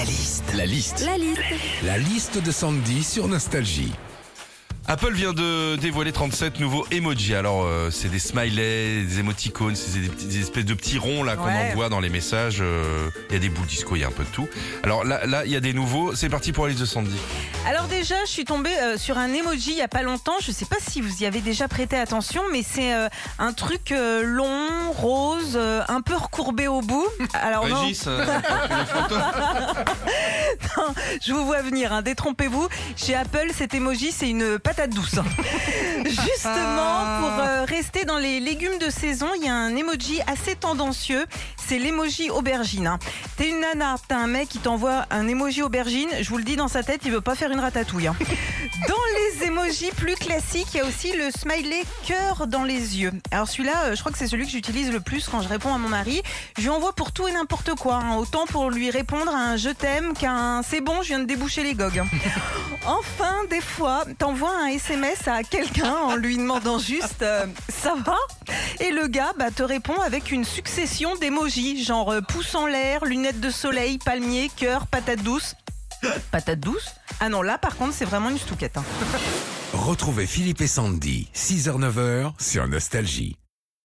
La liste. La liste. La liste. La liste de Sandy sur Nostalgie. Apple vient de dévoiler 37 nouveaux emojis. Alors, c'est des smileys, des émoticônes, c'est des espèces de petits ronds là qu'on envoie dans les messages. Il y a des boules disco, il y a un peu de tout. Alors là, il y a des nouveaux. C'est parti pour la liste de Sandy. Alors déjà, je suis tombée sur un emoji il y a pas longtemps. Je sais pas si vous y avez déjà prêté attention, mais c'est un truc long, rose, un peu recourbé au bout. Alors Régis, une photo. non, je vous vois venir, hein, détrompez-vous. Chez Apple, cet emoji, c'est une patate douce. Justement, pour rester dans les légumes de saison, il y a un emoji assez tendancieux. C'est l'emoji aubergine. Hein. T'es une nana, t'as un mec qui t'envoie un emoji aubergine. Je vous le dis, dans sa tête, il veut pas faire une ratatouille. Hein. Dans les emojis plus classiques, il y a aussi le smiley cœur dans les yeux. Alors celui-là, je crois que c'est celui que j'utilise le plus quand je réponds à mon mari. Je lui envoie pour tout et n'importe quoi. Hein. Autant pour lui répondre à un je t'aime qu'à un c'est bon, je viens de déboucher les gogues. Enfin, des fois, t'envoies un SMS à quelqu'un en lui demandant juste ça va ? Et le gars te répond avec une succession d'emojis, genre pouce en l'air, lunettes de soleil, palmier, cœur, patate douce. Patate douce ? Ah non, là par contre, c'est vraiment une stouquette. Hein. Retrouvez Philippe et Sandy, 6h-9h sur Nostalgie.